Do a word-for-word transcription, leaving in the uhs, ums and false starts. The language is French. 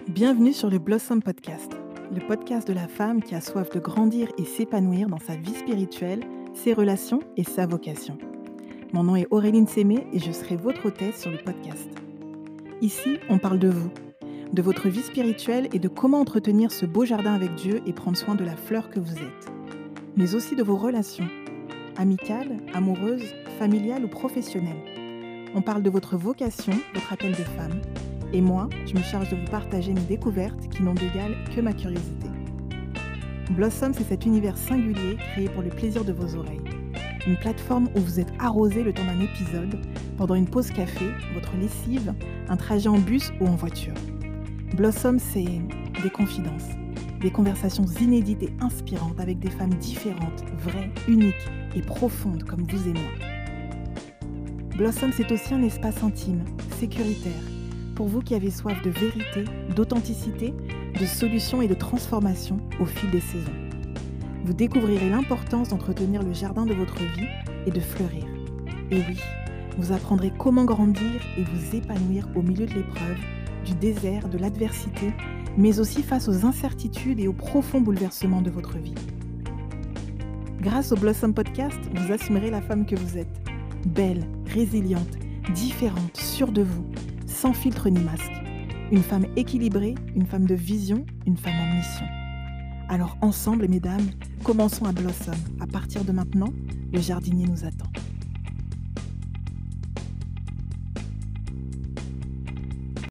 Bienvenue sur le Blossom Podcast, le podcast de la femme qui a soif de grandir et s'épanouir dans sa vie spirituelle, ses relations et sa vocation. Mon nom est Auréline Sémé et je serai votre hôtesse sur le podcast. Ici, on parle de vous, de votre vie spirituelle et de comment entretenir ce beau jardin avec Dieu et prendre soin de la fleur que vous êtes. Mais aussi de vos relations, amicales, amoureuses, familiales ou professionnelles. On parle de votre vocation, votre appel de femme. Et moi, je me charge de vous partager mes découvertes qui n'ont d'égal que ma curiosité. Blossom, c'est cet univers singulier créé pour le plaisir de vos oreilles. Une plateforme où vous êtes arrosé le temps d'un épisode, pendant une pause café, votre lessive, un trajet en bus ou en voiture. Blossom, c'est des confidences, des conversations inédites et inspirantes avec des femmes différentes, vraies, uniques et profondes comme vous et moi. Blossom, c'est aussi un espace intime, sécuritaire, pour vous qui avez soif de vérité, d'authenticité, de solutions et de transformation au fil des saisons. Vous découvrirez l'importance d'entretenir le jardin de votre vie et de fleurir. Et oui, vous apprendrez comment grandir et vous épanouir au milieu de l'épreuve, du désert, de l'adversité, mais aussi face aux incertitudes et aux profonds bouleversements de votre vie. Grâce au Blossom Podcast, vous assumerez la femme que vous êtes. Belle, résiliente, différente, sûre de vous, sans filtre ni masque. Une femme équilibrée, une femme de vision, une femme en mission. Alors ensemble, mesdames, commençons à Blossom. À partir de maintenant, le jardinier nous attend.